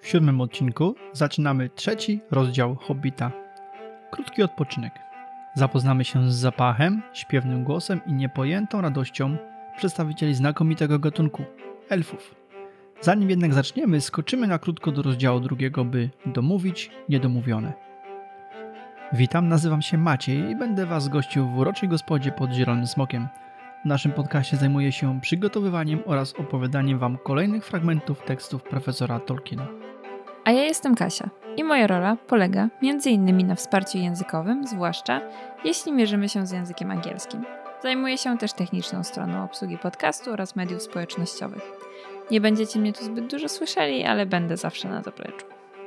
7 odcinku zaczynamy 3 rozdział Hobbita. Krótki odpoczynek. Zapoznamy się z zapachem, śpiewnym głosem i niepojętą radością przedstawicieli znakomitego gatunku elfów. Zanim jednak zaczniemy, skoczymy na krótko do rozdziału 2, by domówić niedomówione. Witam, nazywam się Maciej i będę Was gościł w uroczej gospodzie pod Zielonym Smokiem. W naszym podcaście zajmuję się przygotowywaniem oraz opowiadaniem Wam kolejnych fragmentów tekstów profesora Tolkiena. A ja jestem Kasia i moja rola polega m.in. na wsparciu językowym, zwłaszcza jeśli mierzymy się z językiem angielskim. Zajmuję się też techniczną stroną obsługi podcastu oraz mediów społecznościowych. Nie będziecie mnie tu zbyt dużo słyszeli, ale będę zawsze na zapleczu.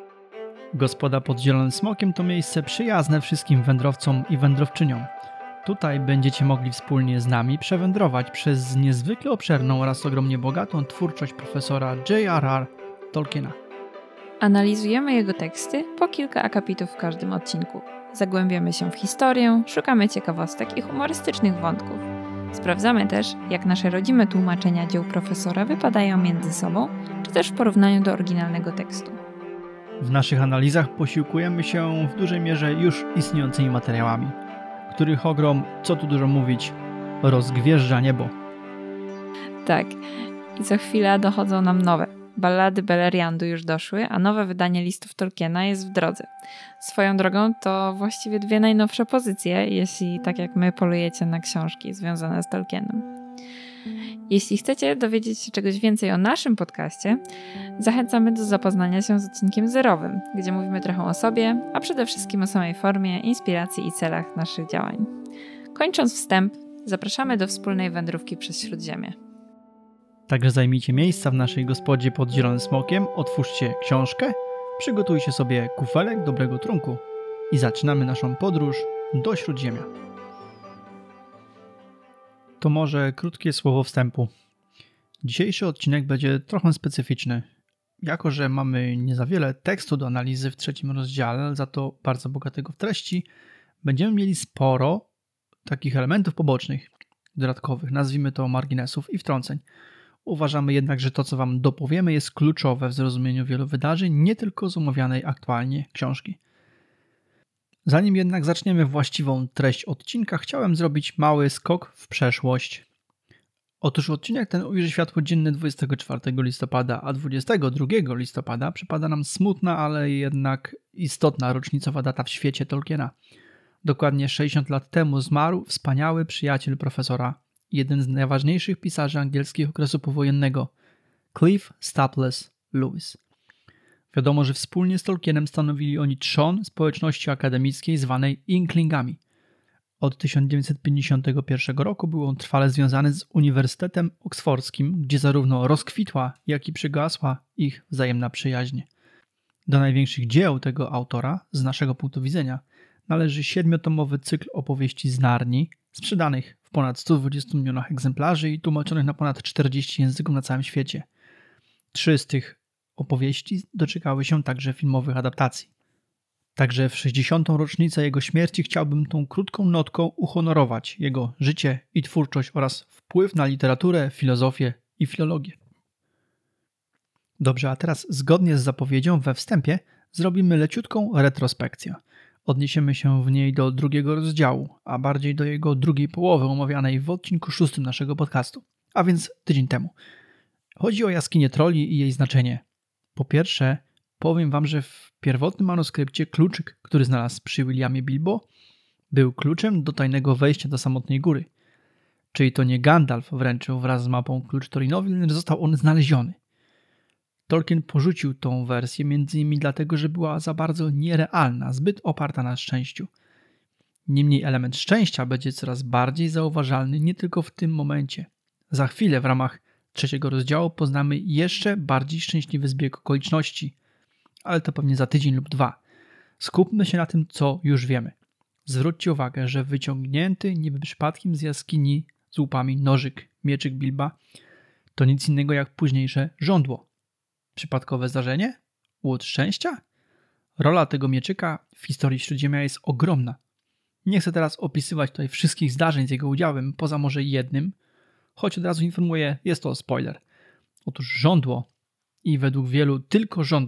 Gospoda pod Zielonym Smokiem to miejsce przyjazne wszystkim wędrowcom i wędrowczyniom. Tutaj będziecie mogli wspólnie z nami przewędrować przez niezwykle obszerną oraz ogromnie bogatą twórczość profesora J.R.R. Tolkiena. Analizujemy jego teksty po kilka akapitów w każdym odcinku. Zagłębiamy się w historię, szukamy ciekawostek i humorystycznych wątków. Sprawdzamy też, jak nasze rodzime tłumaczenia dzieł profesora wypadają między sobą, czy też w porównaniu do oryginalnego tekstu. W naszych analizach posiłkujemy się w dużej mierze już istniejącymi materiałami, których ogrom, co tu dużo mówić, rozgwieżdża niebo. Tak, i co chwila dochodzą nam nowe. Ballady Beleriandu już doszły, a nowe wydanie listów Tolkiena jest w drodze. Swoją drogą to właściwie 2 najnowsze pozycje, jeśli tak jak my polujecie na książki związane z Tolkienem. Jeśli chcecie dowiedzieć się czegoś więcej o naszym podcaście, zachęcamy do zapoznania się z odcinkiem 0, gdzie mówimy trochę o sobie, a przede wszystkim o samej formie, inspiracji i celach naszych działań. Kończąc wstęp, zapraszamy do wspólnej wędrówki przez Śródziemie. Także zajmijcie miejsca w naszej gospodzie pod Zielonym Smokiem, otwórzcie książkę, przygotujcie sobie kufelek dobrego trunku i zaczynamy naszą podróż do Śródziemia. To może krótkie słowo wstępu. Dzisiejszy odcinek będzie trochę specyficzny. Jako że mamy nie za wiele tekstu do analizy w 3 rozdziale, za to bardzo bogatego w treści, będziemy mieli sporo takich elementów pobocznych, dodatkowych, nazwijmy to marginesów i wtrąceń. Uważamy jednak, że to, co Wam dopowiemy, jest kluczowe w zrozumieniu wielu wydarzeń, nie tylko z omawianej aktualnie książki. Zanim jednak zaczniemy właściwą treść odcinka, chciałem zrobić mały skok w przeszłość. Otóż odcinek ten ujrzy światło dzienne 24 listopada, a 22 listopada przypada nam smutna, ale jednak istotna rocznicowa data w świecie Tolkiena. Dokładnie 60 lat temu zmarł wspaniały przyjaciel profesora, jeden z najważniejszych pisarzy angielskich okresu powojennego, Clive Staples Lewis. Wiadomo, że wspólnie z Tolkienem stanowili oni trzon społeczności akademickiej zwanej Inklingami. Od 1951 roku był on trwale związany z Uniwersytetem Oksfordzkim, gdzie zarówno rozkwitła, jak i przygasła ich wzajemna przyjaźń. Do największych dzieł tego autora, z naszego punktu widzenia, należy 7-tomowy cykl opowieści z Narni, sprzedanych w ponad 120 milionach egzemplarzy i tłumaczonych na ponad 40 języków na całym świecie. 3 z tych opowieści doczekały się także filmowych adaptacji. Także w 60. rocznicę jego śmierci chciałbym tą krótką notką uhonorować jego życie i twórczość oraz wpływ na literaturę, filozofię i filologię. Dobrze, a teraz zgodnie z zapowiedzią we wstępie zrobimy leciutką retrospekcję. Odniesiemy się w niej do 2 rozdziału, a bardziej do jego drugiej połowy omawianej w odcinku 6 naszego podcastu, a więc tydzień temu. Chodzi o jaskinię trolli i jej znaczenie. Po pierwsze, powiem Wam, że w pierwotnym manuskrypcie kluczyk, który znalazł przy Williamie Bilbo, był kluczem do tajnego wejścia do samotnej góry. Czyli to nie Gandalf wręczył wraz z mapą klucz Torinowi, lecz został on znaleziony. Tolkien porzucił tą wersję m.in. dlatego, że była za bardzo nierealna, zbyt oparta na szczęściu. Niemniej element szczęścia będzie coraz bardziej zauważalny nie tylko w tym momencie. Za chwilę w ramach 3 rozdziału poznamy jeszcze bardziej szczęśliwy zbieg okoliczności, ale to pewnie za tydzień lub 2. Skupmy się na tym, co już wiemy. Zwróćcie uwagę, że wyciągnięty niby przypadkiem z jaskini z łupami nożyk, mieczyk Bilba to nic innego jak późniejsze żądło. Przypadkowe zdarzenie? Łód szczęścia? Rola tego mieczyka w historii Śródziemia jest ogromna. Nie chcę teraz opisywać tutaj wszystkich zdarzeń z jego udziałem, poza może jednym, choć od razu informuję, jest to spoiler. Otóż żądło i według wielu tylko żądło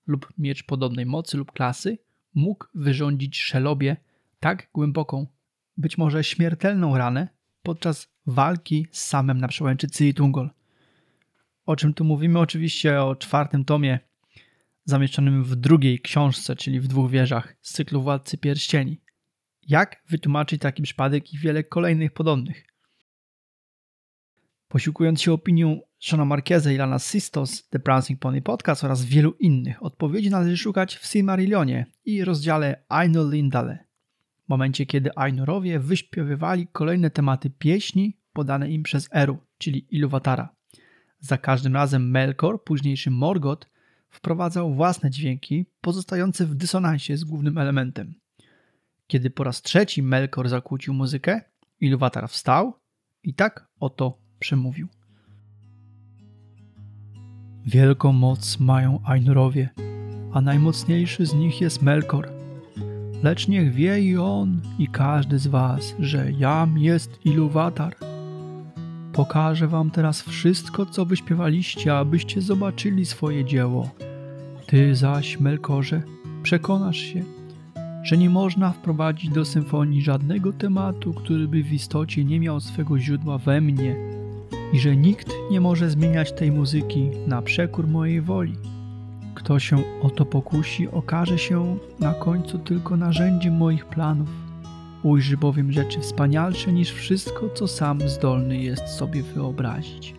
lub miecz podobnej mocy lub klasy mógł wyrządzić Shelobie tak głęboką, być może śmiertelną ranę podczas walki z Samem na przełęczy Ciri-Tungol. O czym tu mówimy? Oczywiście o 4. tomie zamieszczonym w 2. książce, czyli w 2 wieżach z cyklu Władcy Pierścieni. Jak wytłumaczyć taki przypadek i wiele kolejnych podobnych? Posiłkując się opinią Seana Marqueza i Lana Sistos, The Prancing Pony Podcast oraz wielu innych, odpowiedzi należy szukać w Silmarillionie i rozdziale Ainur Lindale. W momencie, kiedy Ainurowie wyśpiewywali kolejne tematy pieśni podane im przez Eru, czyli Ilúvatara. Za każdym razem Melkor, późniejszy Morgoth, wprowadzał własne dźwięki pozostające w dysonansie z głównym elementem. Kiedy po raz 3 Melkor zakłócił muzykę, Ilúvatar wstał i tak oto przemówił. Wielką moc mają Ainurowie, a najmocniejszy z nich jest Melkor. Lecz niech wie i on, i każdy z was, że jam jest Ilúvatar. Pokażę wam teraz wszystko, co wyśpiewaliście, abyście zobaczyli swoje dzieło. Ty zaś, Melkorze, przekonasz się, że nie można wprowadzić do symfonii żadnego tematu, który by w istocie nie miał swego źródła we mnie i że nikt nie może zmieniać tej muzyki na przekór mojej woli. Kto się o to pokusi, okaże się na końcu tylko narzędziem moich planów. Ujrzy bowiem rzeczy wspanialsze niż wszystko, co sam zdolny jest sobie wyobrazić.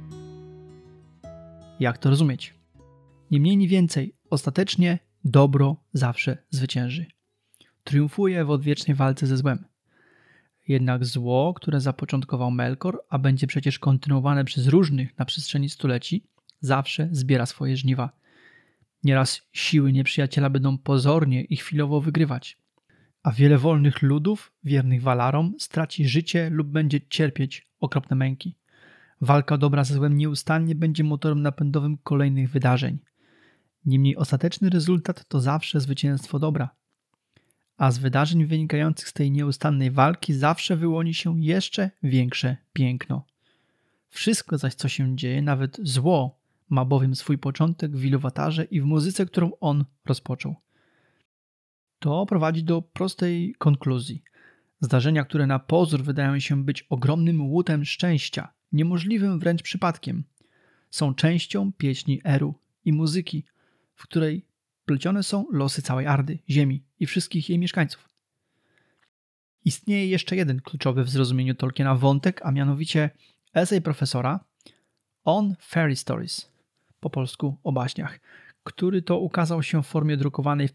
Jak to rozumieć? Nie mniej, ni więcej, ostatecznie dobro zawsze zwycięży. Triumfuje w odwiecznej walce ze złem. Jednak zło, które zapoczątkował Melkor, a będzie przecież kontynuowane przez różnych na przestrzeni stuleci, zawsze zbiera swoje żniwa. Nieraz siły nieprzyjaciela będą pozornie i chwilowo wygrywać, a wiele wolnych ludów, wiernych Valarom, straci życie lub będzie cierpieć okropne męki. Walka dobra ze złem nieustannie będzie motorem napędowym kolejnych wydarzeń. Niemniej ostateczny rezultat to zawsze zwycięstwo dobra. A z wydarzeń wynikających z tej nieustannej walki zawsze wyłoni się jeszcze większe piękno. Wszystko zaś, co się dzieje, nawet zło, ma bowiem swój początek w Ilúvatarze i w muzyce, którą on rozpoczął. To prowadzi do prostej konkluzji. Zdarzenia, które na pozór wydają się być ogromnym łutem szczęścia, niemożliwym wręcz przypadkiem, są częścią pieśni Eru i muzyki, w której plecione są losy całej Ardy, Ziemi i wszystkich jej mieszkańców. Istnieje jeszcze jeden kluczowy w zrozumieniu Tolkiena wątek, a mianowicie esej profesora On Fairy Stories, po polsku o baśniach, który to ukazał się w formie drukowanej w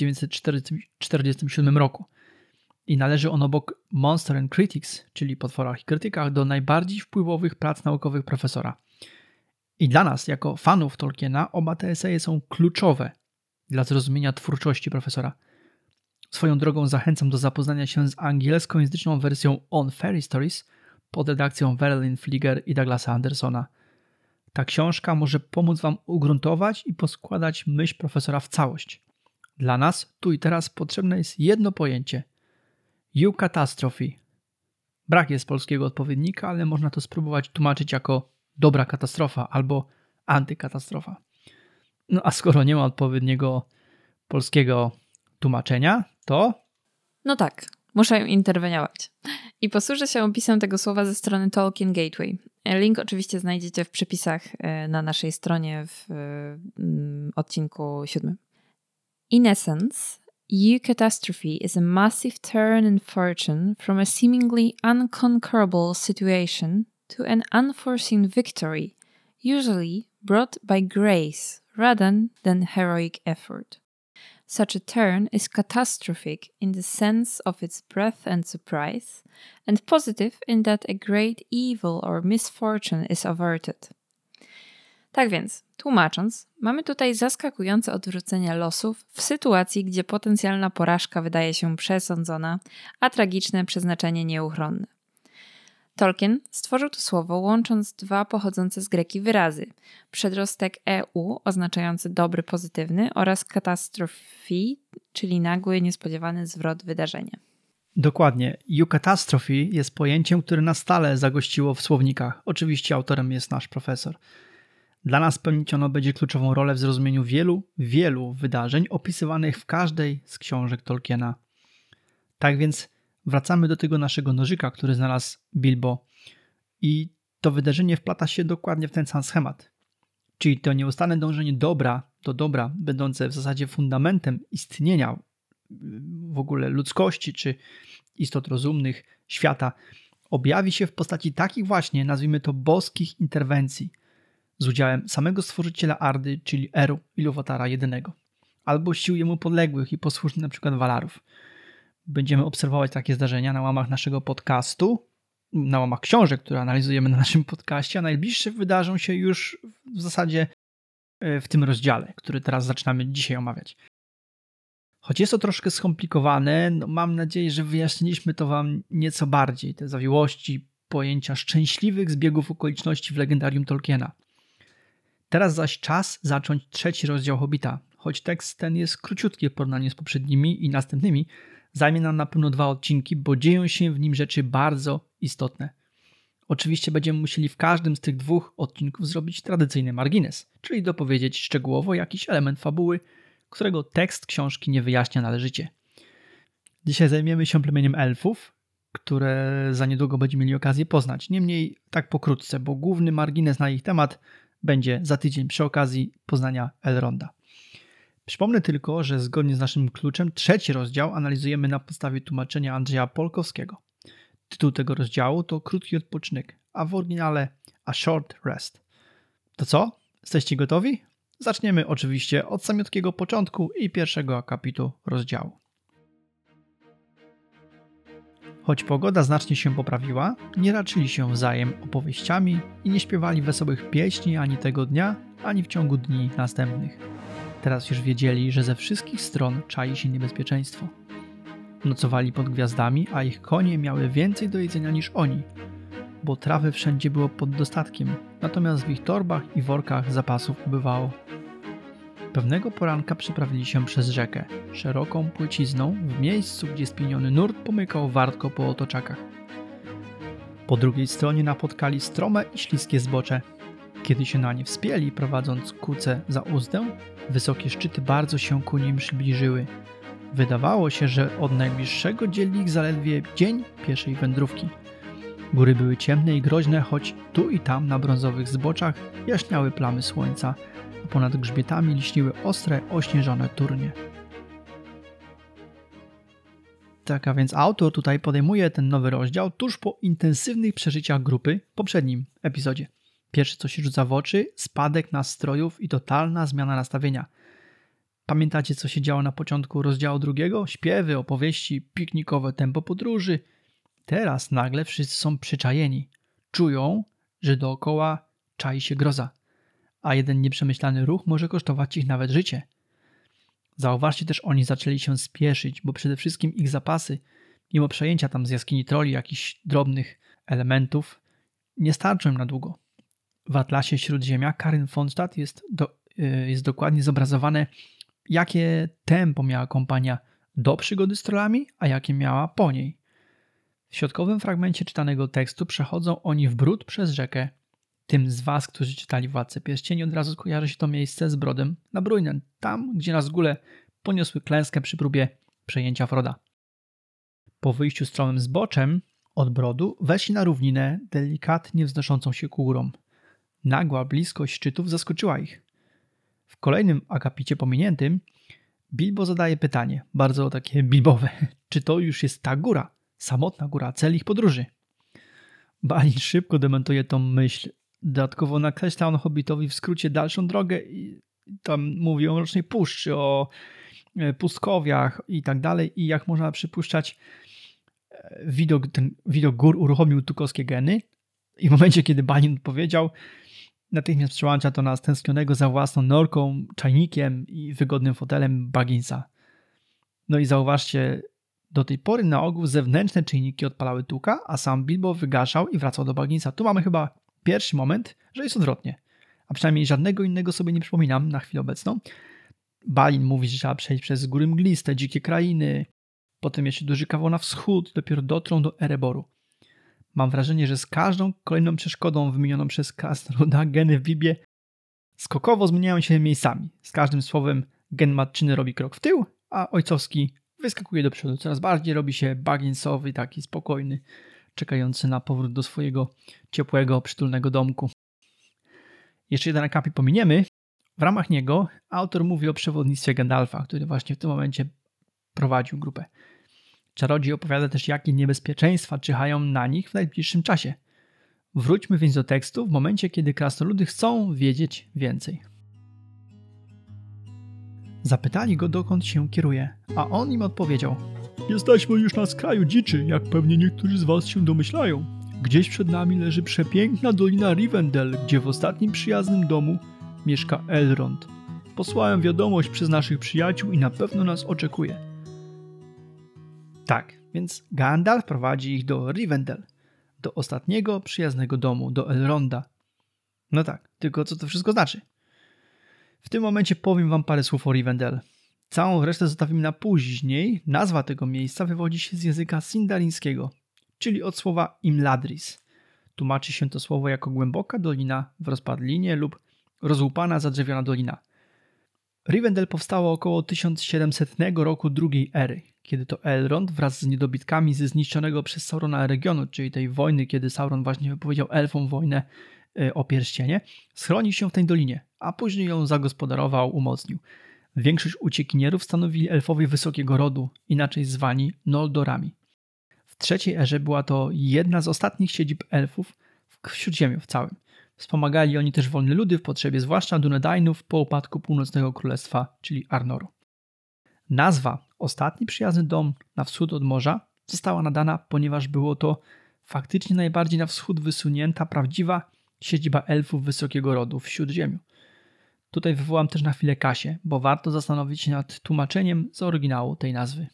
1947 roku i należy on obok Monster and Critics, czyli Potworach i Krytykach, do najbardziej wpływowych prac naukowych profesora. I dla nas, jako fanów Tolkiena, oba te eseje są kluczowe dla zrozumienia twórczości profesora. Swoją drogą zachęcam do zapoznania się z angielskojęzyczną wersją On Fairy Stories pod redakcją Verlyn Flieger i Douglasa Andersona. Ta książka może pomóc wam ugruntować i poskładać myśl profesora w całość. Dla nas tu i teraz potrzebne jest jedno pojęcie – eucatastrophe. Brak jest polskiego odpowiednika, ale można to spróbować tłumaczyć jako dobra katastrofa albo antykatastrofa. No a skoro nie ma odpowiedniego polskiego tłumaczenia, to... No tak, muszę interweniować. I posłużę się opisem tego słowa ze strony Tolkien Gateway. Link oczywiście znajdziecie w przepisach na naszej stronie w odcinku 7. In essence, eucatastrophe is a massive turn in fortune from a seemingly unconquerable situation to an unforeseen victory, usually brought by grace rather than heroic effort. Such a turn is catastrophic in the sense of its breadth and surprise, and positive in that a great evil or misfortune is averted. Tak więc, tłumacząc, mamy tutaj zaskakujące odwrócenie losów w sytuacji, gdzie potencjalna porażka wydaje się przesądzona, a tragiczne przeznaczenie nieuchronne. Tolkien stworzył to słowo łącząc dwa pochodzące z greki wyrazy. Przedrostek EU oznaczający dobry, pozytywny oraz katastrofii, czyli nagły, niespodziewany zwrot wydarzenia. Dokładnie. Eucatastrophe jest pojęciem, które na stale zagościło w słownikach. Oczywiście autorem jest nasz profesor. Dla nas pełnić ono będzie kluczową rolę w zrozumieniu wielu wydarzeń opisywanych w każdej z książek Tolkiena. Tak więc wracamy do tego naszego nożyka, który znalazł Bilbo i to wydarzenie wplata się dokładnie w ten sam schemat. Czyli to nieustanne dążenie do dobra, będące w zasadzie fundamentem istnienia w ogóle ludzkości czy istot rozumnych świata, objawi się w postaci takich właśnie, nazwijmy to, boskich interwencji z udziałem samego stworzyciela Ardy, czyli Eru, Iluvatara jedynego, albo sił jemu podległych i posłusznych na przykład Valarów. Będziemy obserwować takie zdarzenia na łamach naszego podcastu, na łamach książek, które analizujemy na naszym podcaście, a najbliższe wydarzą się już w zasadzie w tym rozdziale, który teraz zaczynamy dzisiaj omawiać. Choć jest to troszkę skomplikowane, mam nadzieję, że wyjaśniliśmy to wam nieco bardziej, te zawiłości, pojęcia szczęśliwych zbiegów okoliczności w legendarium Tolkiena. Teraz zaś czas zacząć 3 rozdział Hobbita. Choć tekst ten jest króciutki w porównaniu z poprzednimi i następnymi, zajmie nam na pewno 2 odcinki, bo dzieją się w nim rzeczy bardzo istotne. Oczywiście będziemy musieli w każdym z tych 2 odcinków zrobić tradycyjny margines, czyli dopowiedzieć szczegółowo jakiś element fabuły, którego tekst książki nie wyjaśnia należycie. Dzisiaj zajmiemy się plemieniem elfów, które za niedługo będziemy mieli okazję poznać. Niemniej tak pokrótce, bo główny margines na ich temat będzie za tydzień przy okazji poznania Elronda. Przypomnę tylko, że zgodnie z naszym kluczem 3 rozdział analizujemy na podstawie tłumaczenia Andrzeja Polkowskiego. Tytuł tego rozdziału to Krótki odpoczynek, a w oryginale A Short Rest. To co? Jesteście gotowi? Zaczniemy oczywiście od samiutkiego początku i pierwszego akapitu rozdziału. Choć pogoda znacznie się poprawiła, nie raczyli się wzajem opowieściami i nie śpiewali wesołych pieśni ani tego dnia, ani w ciągu dni następnych. Teraz już wiedzieli, że ze wszystkich stron czai się niebezpieczeństwo. Nocowali pod gwiazdami, a ich konie miały więcej do jedzenia niż oni, bo trawy wszędzie było pod dostatkiem, natomiast w ich torbach i workach zapasów ubywało. Pewnego poranka przeprawili się przez rzekę, szeroką płycizną, w miejscu, gdzie spieniony nurt pomykał wartko po otoczakach. Po drugiej stronie napotkali strome i śliskie zbocze. Kiedy się na nie wspięli, prowadząc kuce za uzdę, wysokie szczyty bardzo się ku nim przybliżyły. Wydawało się, że od najbliższego dzieli ich zaledwie dzień pieszej wędrówki. Góry były ciemne i groźne, choć tu i tam na brązowych zboczach jaśniały plamy słońca, a ponad grzbietami liśniły ostre, ośnieżone turnie. Tak, a więc autor tutaj podejmuje ten nowy rozdział tuż po intensywnych przeżyciach grupy w poprzednim epizodzie. Pierwsze, co się rzuca w oczy, spadek nastrojów i totalna zmiana nastawienia. Pamiętacie, co się działo na początku rozdziału 2? Śpiewy, opowieści, piknikowe tempo podróży. Teraz nagle wszyscy są przyczajeni. Czują, że dookoła czai się groza, a jeden nieprzemyślany ruch może kosztować ich nawet życie. Zauważcie też, oni zaczęli się spieszyć, bo przede wszystkim ich zapasy, mimo przejęcia tam z jaskini troli jakichś drobnych elementów, nie starczą im na długo. W Atlasie Śródziemia Karin Fonstadt jest dokładnie zobrazowane, jakie tempo miała kompania do przygody z trollami, a jakie miała po niej. W środkowym fragmencie czytanego tekstu przechodzą oni w bród przez rzekę. Tym z was, którzy czytali Władcę Pierścieni, od razu kojarzy się to miejsce z brodem na Brujnen, tam gdzie Nazgule poniosły klęskę przy próbie przejęcia Froda. Po wyjściu stromym zboczem od brodu weszli na równinę delikatnie wznoszącą się ku górom. Nagła bliskość szczytów zaskoczyła ich. W kolejnym akapicie pominiętym Bilbo zadaje pytanie, bardzo takie bilbowe, czy to już jest ta góra, samotna góra, cel ich podróży? Balin szybko dementuje tą myśl. Dodatkowo nakreśla on Hobbitowi w skrócie dalszą drogę i tam mówi o Mrocznej Puszczy, o pustkowiach i tak dalej. I jak można przypuszczać, widok gór uruchomił tukowskie geny i w momencie, kiedy Balin powiedział, natychmiast przełącza to na stęsknionego za własną norką, czajnikiem i wygodnym fotelem Bagginsa. No i zauważcie, do tej pory na ogół zewnętrzne czujniki odpalały Tuka, a sam Bilbo wygaszał i wracał do Bagginsa. Tu mamy chyba pierwszy moment, że jest odwrotnie. A przynajmniej żadnego innego sobie nie przypominam na chwilę obecną. Balin mówi, że trzeba przejść przez góry mgliste, dzikie krainy, potem jeszcze duży kawał na wschód, dopiero dotrą do Ereboru. Mam wrażenie, że z każdą kolejną przeszkodą wymienioną przez krasnoluda geny w Bibie skokowo zmieniają się miejscami. Z każdym słowem gen matczyny robi krok w tył, a ojcowski wyskakuje do przodu. Coraz bardziej robi się bagginsowy, taki spokojny, czekający na powrót do swojego ciepłego, przytulnego domku. Jeszcze jeden akapit pominiemy. W ramach niego autor mówi o przewodnictwie Gandalfa, który właśnie w tym momencie prowadził grupę. Czarodziej opowiada też, jakie niebezpieczeństwa czyhają na nich w najbliższym czasie. Wróćmy więc do tekstu w momencie, kiedy krasnoludy chcą wiedzieć więcej. Zapytali go, dokąd się kieruje, a on im odpowiedział: jesteśmy już na skraju dziczy, jak pewnie niektórzy z was się domyślają. Gdzieś przed nami leży przepiękna dolina Rivendell, gdzie w ostatnim przyjaznym domu mieszka Elrond. Posłałem wiadomość przez naszych przyjaciół i na pewno nas oczekuje. Tak, więc Gandalf prowadzi ich do Rivendell, do ostatniego przyjaznego domu, do Elronda. No tak, tylko co to wszystko znaczy? W tym momencie powiem wam parę słów o Rivendell. Całą resztę zostawimy na później. Nazwa tego miejsca wywodzi się z języka sindarińskiego, czyli od słowa Imladris. Tłumaczy się to słowo jako głęboka dolina w rozpadlinie lub rozłupana, zadrzewiona dolina. Rivendell powstało około 1700 roku drugiej ery, kiedy to Elrond wraz z niedobitkami ze zniszczonego przez Saurona regionu, czyli tej wojny, kiedy Sauron właśnie wypowiedział elfom wojnę o pierścienie, schronił się w tej dolinie, a później ją zagospodarował, umocnił. Większość uciekinierów stanowili elfowie wysokiego rodu, inaczej zwani Noldorami. W trzeciej erze była to jedna z ostatnich siedzib elfów w Śródziemiu w całym. Wspomagali oni też wolne ludy w potrzebie, zwłaszcza Dunedainów po upadku północnego królestwa, czyli Arnoru. Nazwa Ostatni przyjazny dom na wschód od morza została nadana, ponieważ było to faktycznie najbardziej na wschód wysunięta, prawdziwa siedziba elfów wysokiego rodu w Śródziemiu. Tutaj wywołam też na chwilę Kasię, bo warto zastanowić się nad tłumaczeniem z oryginału tej nazwy.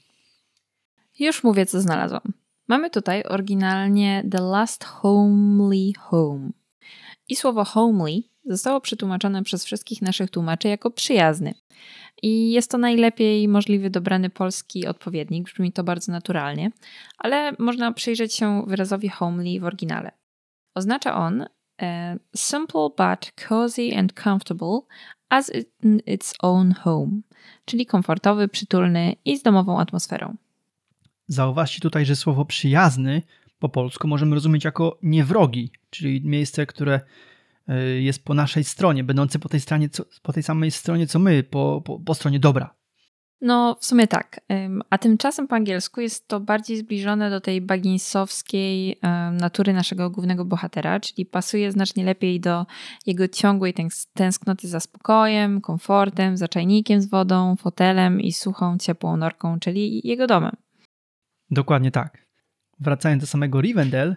Już mówię, co znalazłam. Mamy tutaj oryginalnie The Last Homely Home. I słowo homely zostało przetłumaczone przez wszystkich naszych tłumaczy jako przyjazny. I jest to najlepiej możliwy dobrany polski odpowiednik, brzmi to bardzo naturalnie, ale można przyjrzeć się wyrazowi homely w oryginale. Oznacza on simple but cozy and comfortable as in its own home, czyli komfortowy, przytulny i z domową atmosferą. Zauważcie tutaj, że słowo przyjazny po polsku możemy rozumieć jako niewrogi, czyli miejsce, które jest po naszej stronie, będące po tej samej stronie co my, po stronie dobra. No, w sumie tak. A tymczasem po angielsku jest to bardziej zbliżone do tej bagginsowskiej natury naszego głównego bohatera, czyli pasuje znacznie lepiej do jego ciągłej tęsknoty za spokojem, komfortem, za czajnikiem z wodą, fotelem i suchą, ciepłą norką, czyli jego domem. Dokładnie tak. Wracając do samego Rivendell,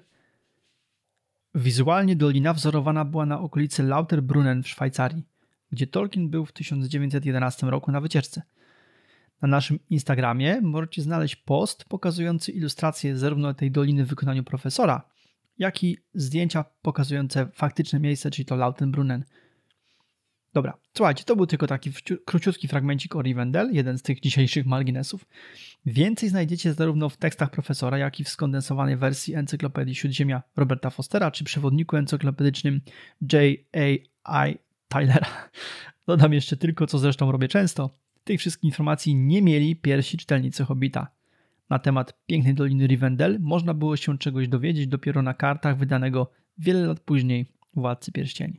wizualnie dolina wzorowana była na okolicy Lauterbrunnen w Szwajcarii, gdzie Tolkien był w 1911 roku na wycieczce. Na naszym Instagramie możecie znaleźć post pokazujący ilustracje zarówno tej doliny w wykonaniu profesora, jak i zdjęcia pokazujące faktyczne miejsce, czyli to Lauterbrunnen. Dobra, słuchajcie, to był tylko taki króciutki fragmencik o Rivendell, jeden z tych dzisiejszych marginesów. Więcej znajdziecie zarówno w tekstach profesora, jak i w skondensowanej wersji Encyklopedii Śródziemia Roberta Fostera, czy przewodniku encyklopedycznym J.A.I. Tylera. Dodam jeszcze tylko, co zresztą robię często. Tych wszystkich informacji nie mieli pierwsi czytelnicy Hobbita. Na temat pięknej doliny Rivendell można było się czegoś dowiedzieć dopiero na kartach wydanego wiele lat później Władcy Pierścieni.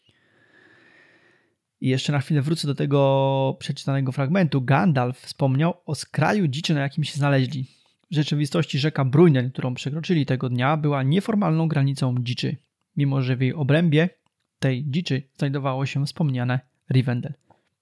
I jeszcze na chwilę wrócę do tego przeczytanego fragmentu. Gandalf wspomniał o skraju dziczy, na jakim się znaleźli. W rzeczywistości rzeka Bruinen, którą przekroczyli tego dnia, była nieformalną granicą dziczy, mimo że w jej obrębie tej dziczy znajdowało się wspomniane Rivendell.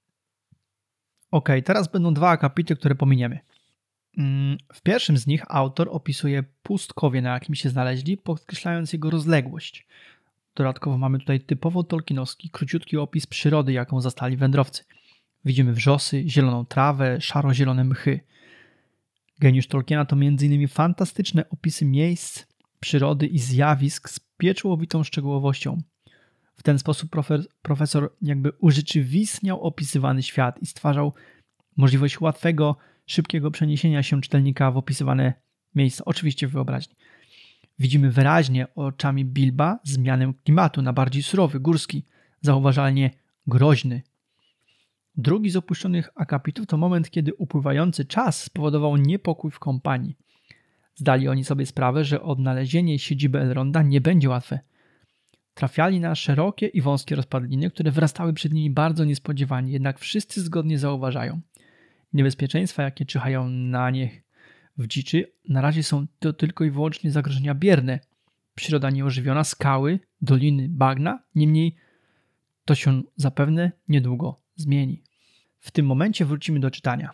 Teraz będą dwa akapity, które pominiemy. W pierwszym z nich autor opisuje pustkowie, na jakim się znaleźli, podkreślając jego rozległość. Dodatkowo mamy tutaj typowo tolkienowski, króciutki opis przyrody, jaką zastali wędrowcy. Widzimy wrzosy, zieloną trawę, szaro-zielone mchy. Geniusz Tolkiena to m.in. fantastyczne opisy miejsc, przyrody i zjawisk z pieczołowitą szczegółowością. W ten sposób profesor jakby urzeczywistniał opisywany świat i stwarzał możliwość łatwego, szybkiego przeniesienia się czytelnika w opisywane miejsca, oczywiście w wyobraźni. Widzimy wyraźnie oczami Bilba zmianę klimatu na bardziej surowy, górski, zauważalnie groźny. Drugi z opuszczonych akapitów to moment, kiedy upływający czas spowodował niepokój w kompanii. Zdali oni sobie sprawę, że odnalezienie siedziby Elronda nie będzie łatwe. Trafiali na szerokie i wąskie rozpadliny, które wyrastały przed nimi bardzo niespodziewanie, jednak wszyscy zgodnie zauważają. Niebezpieczeństwa, jakie czyhają na nich w dziczy, na razie są to tylko i wyłącznie zagrożenia bierne. Przyroda nieożywiona, skały, doliny, bagna, niemniej to się zapewne niedługo zmieni. W tym momencie wrócimy do czytania.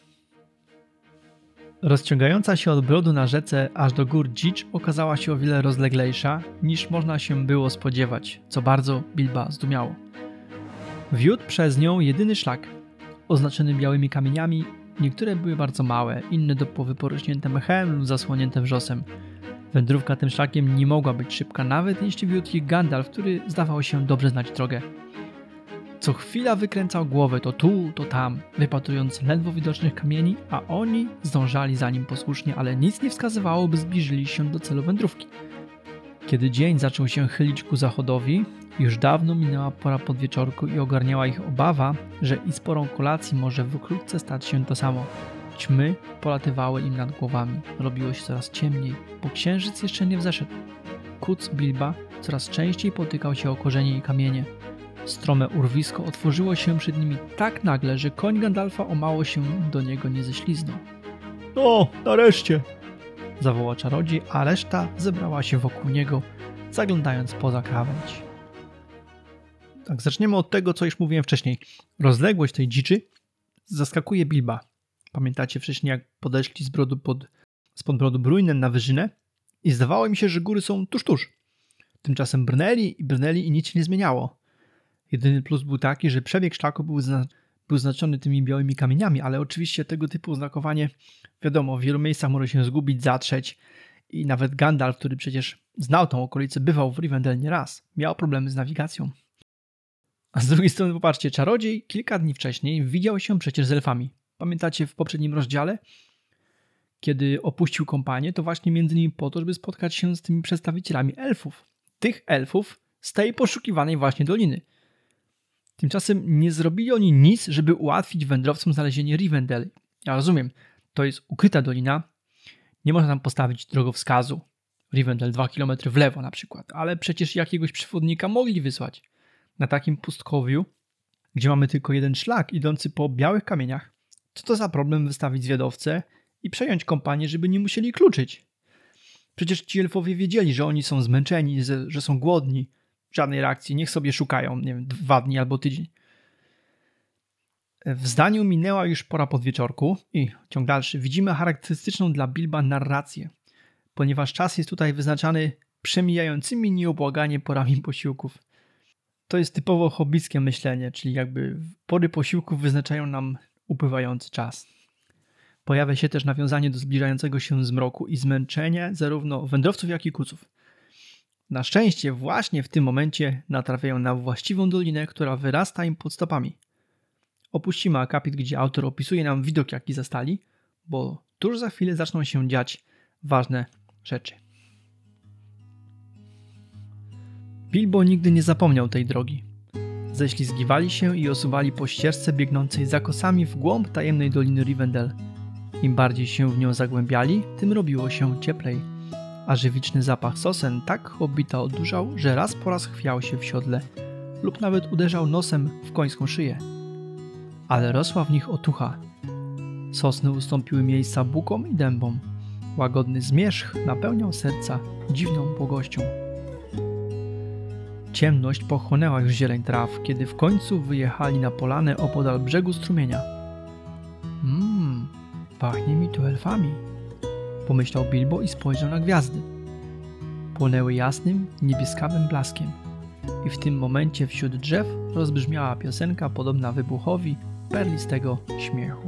Rozciągająca się od brodu na rzece aż do gór dzicz okazała się o wiele rozleglejsza, niż można się było spodziewać, co bardzo Bilba zdumiało. Wiódł przez nią jedyny szlak, oznaczony białymi kamieniami. Niektóre były bardzo małe, inne do połowy porośnięte mchem lub zasłonięte wrzosem. Wędrówka tym szlakiem nie mogła być szybka, nawet jeśli wiódł ich Gandalf, który zdawał się dobrze znać drogę. Co chwila wykręcał głowę to tu, to tam, wypatrując ledwo widocznych kamieni, a oni zdążali za nim posłusznie, ale nic nie wskazywało, by zbliżyli się do celu wędrówki. Kiedy dzień zaczął się chylić ku zachodowi, już dawno minęła pora podwieczorku i ogarniała ich obawa, że i z porą kolacji może wkrótce stać się to samo. Ćmy polatywały im nad głowami, robiło się coraz ciemniej, bo księżyc jeszcze nie wzeszedł. Kuc Bilba coraz częściej potykał się o korzenie i kamienie. Strome urwisko otworzyło się przed nimi tak nagle, że koń Gandalfa o mało się do niego nie ześliznął. „O, nareszcie!” zawołał czarodziej, a reszta zebrała się wokół niego, zaglądając poza krawędź. Tak, zaczniemy od tego, co już mówiłem wcześniej. Rozległość tej dziczy zaskakuje Bilba. Pamiętacie wcześniej, jak podeszli spod brodu Bruinen na wyżynę i zdawało mi się, że góry są tuż. Tymczasem brnęli i nic się nie zmieniało. Jedyny plus był taki, że przebieg szlaku był znaczony tymi białymi kamieniami, ale oczywiście tego typu oznakowanie, wiadomo, w wielu miejscach może się zgubić, zatrzeć i nawet Gandalf, który przecież znał tą okolicę, bywał w Rivendell nieraz, miał problemy z nawigacją. A z drugiej strony popatrzcie, czarodziej kilka dni wcześniej widział się przecież z elfami. Pamiętacie w poprzednim rozdziale? Kiedy opuścił kompanię, to właśnie między innymi po to, żeby spotkać się z tymi przedstawicielami elfów. Tych elfów z tej poszukiwanej właśnie doliny. Tymczasem nie zrobili oni nic, żeby ułatwić wędrowcom znalezienie Rivendell. Ja rozumiem, to jest ukryta dolina, nie można tam postawić drogowskazu. Rivendell 2 km w lewo na przykład, ale przecież jakiegoś przewodnika mogli wysłać. Na takim pustkowiu, gdzie mamy tylko jeden szlak idący po białych kamieniach, co to za problem wystawić zwiadowcę i przejąć kompanię, żeby nie musieli kluczyć? Przecież ci elfowie wiedzieli, że oni są zmęczeni, że są głodni. Żadnej reakcji, niech sobie szukają, nie wiem, 2 dni albo tydzień. W zdaniu minęła już pora podwieczorku i ciąg dalszy. Widzimy charakterystyczną dla Bilba narrację, ponieważ czas jest tutaj wyznaczany przemijającymi nieubłaganie porami posiłków. To jest typowo hobbickie myślenie, czyli jakby pory posiłków wyznaczają nam upływający czas. Pojawia się też nawiązanie do zbliżającego się zmroku i zmęczenia zarówno wędrowców, jak i kuców. Na szczęście właśnie w tym momencie natrafiają na właściwą dolinę, która wyrasta im pod stopami. Opuścimy akapit, gdzie autor opisuje nam widok, jaki zastali, bo tuż za chwilę zaczną się dziać ważne rzeczy. Bilbo nigdy nie zapomniał tej drogi. Ześlizgiwali się i osuwali po ścieżce biegnącej za kosami w głąb tajemnej doliny Rivendell. Im bardziej się w nią zagłębiali, tym robiło się cieplej. A żywiczny zapach sosen tak hobbita odurzał, że raz po raz chwiał się w siodle lub nawet uderzał nosem w końską szyję. Ale rosła w nich otucha. Sosny ustąpiły miejsca bukom i dębom. Łagodny zmierzch napełniał serca dziwną błogością. Ciemność pochłonęła już zieleń traw, kiedy w końcu wyjechali na polanę opodal brzegu strumienia. Pachnie mi tu elfami, pomyślał Bilbo i spojrzał na gwiazdy. Płonęły jasnym, niebieskawym blaskiem i w tym momencie wśród drzew rozbrzmiała piosenka podobna wybuchowi perlistego śmiechu.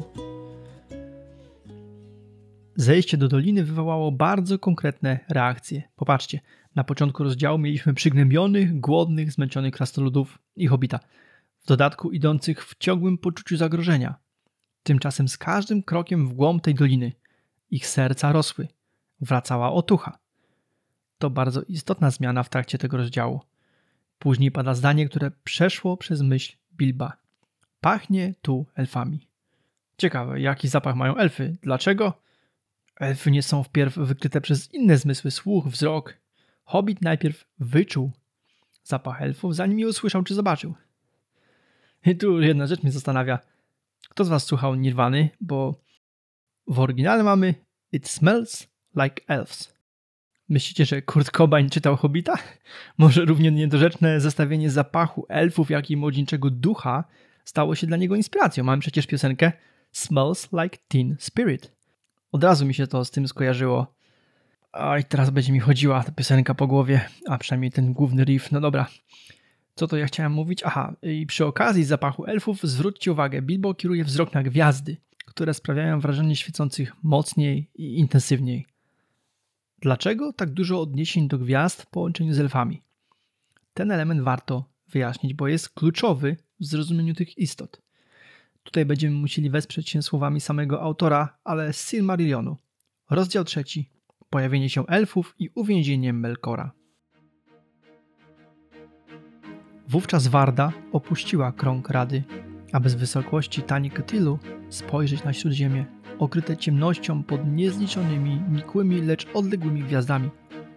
Zejście do doliny wywołało bardzo konkretne reakcje. Popatrzcie, na początku rozdziału mieliśmy przygnębionych, głodnych, zmęczonych krasnoludów i hobita, w dodatku idących w ciągłym poczuciu zagrożenia. Tymczasem z każdym krokiem w głąb tej doliny ich serca rosły, wracała otucha. To bardzo istotna zmiana w trakcie tego rozdziału. Później pada zdanie, które przeszło przez myśl Bilba. Pachnie tu elfami. Ciekawe, jaki zapach mają elfy. Dlaczego? Elfy nie są wpierw wykryte przez inne zmysły, słuch, wzrok. Hobbit najpierw wyczuł zapach elfów, zanim je usłyszał czy zobaczył. I tu jedna rzecz mnie zastanawia. Kto z was słuchał Nirwany? Bo w oryginale mamy It smells like elves. Myślicie, że Kurt Cobain czytał Hobbita? Może równie niedorzeczne zestawienie zapachu elfów, jak i młodzieńczego ducha stało się dla niego inspiracją. Mamy przecież piosenkę Smells like Teen Spirit. Od razu mi się to z tym skojarzyło. Oj, teraz będzie mi chodziła ta piosenka po głowie, a przynajmniej ten główny riff. No dobra, co to ja chciałem mówić? Aha, i przy okazji zapachu elfów zwróćcie uwagę, Bilbo kieruje wzrok na gwiazdy, które sprawiają wrażenie świecących mocniej i intensywniej. Dlaczego tak dużo odniesień do gwiazd w połączeniu z elfami? Ten element warto wyjaśnić, bo jest kluczowy w zrozumieniu tych istot. Tutaj będziemy musieli wesprzeć się słowami samego autora, ale z Silmarillionu. Rozdział 3. Pojawienie się elfów i uwięzienie Melkora. Wówczas Warda opuściła krąg Rady, aby z wysokości Tani Kytilu spojrzeć na Śródziemie, okryte ciemnością pod niezliczonymi, nikłymi, lecz odległymi gwiazdami.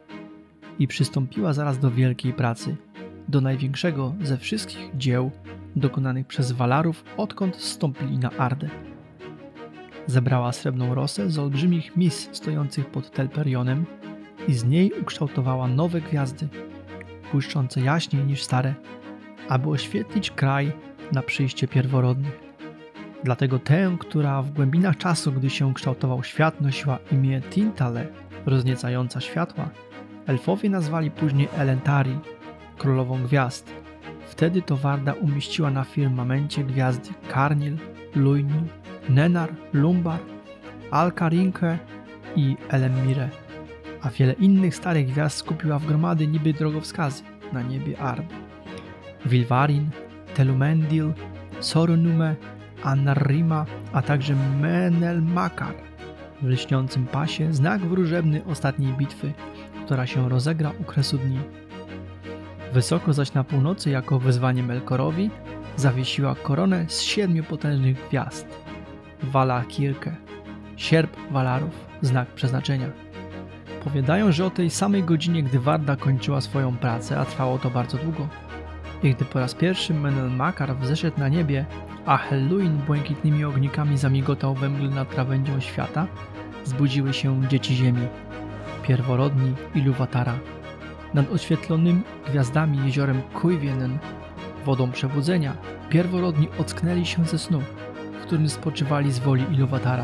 I przystąpiła zaraz do wielkiej pracy, do największego ze wszystkich dzieł dokonanych przez Valarów, odkąd zstąpili na Ardę. Zebrała srebrną rosę z olbrzymich mis stojących pod Telperionem i z niej ukształtowała nowe gwiazdy, błyszczące jaśniej niż stare, aby oświetlić kraj na przyjście pierworodnych. Dlatego tę, która w głębinach czasu, gdy się kształtował świat, nosiła imię Tintale, rozniecająca światła, elfowie nazwali później Elentari, królową gwiazd. Wtedy to Warda umieściła na firmamencie gwiazdy Carnil, Luinil, Nennar, Lumbar, Alcarinque i Elemmire, a wiele innych starych gwiazd skupiła w gromady niby drogowskazy na niebie Ard. Wilvarin, Telumendil, Soronume, Anarrima, a także Menelmakar w lśniącym pasie, znak wróżebny ostatniej bitwy, która się rozegra u kresu dni. Wysoko zaś na północy, jako wezwanie Melkorowi, zawiesiła koronę z 7 potężnych gwiazd. Valakirke, sierp Valarów, znak przeznaczenia. Powiadają, że o tej samej godzinie, gdy Warda kończyła swoją pracę, a trwało to bardzo długo, i gdy po raz pierwszy Menelmakar wzeszedł na niebie, a Helluin błękitnymi ognikami zamigotał we mgle nad krawędzią świata, zbudziły się dzieci ziemi, pierworodni Ilúvatara. Nad oświetlonym gwiazdami jeziorem Cuiviénen, wodą przebudzenia, pierworodni ocknęli się ze snu, w którym spoczywali z woli Ilúvatara.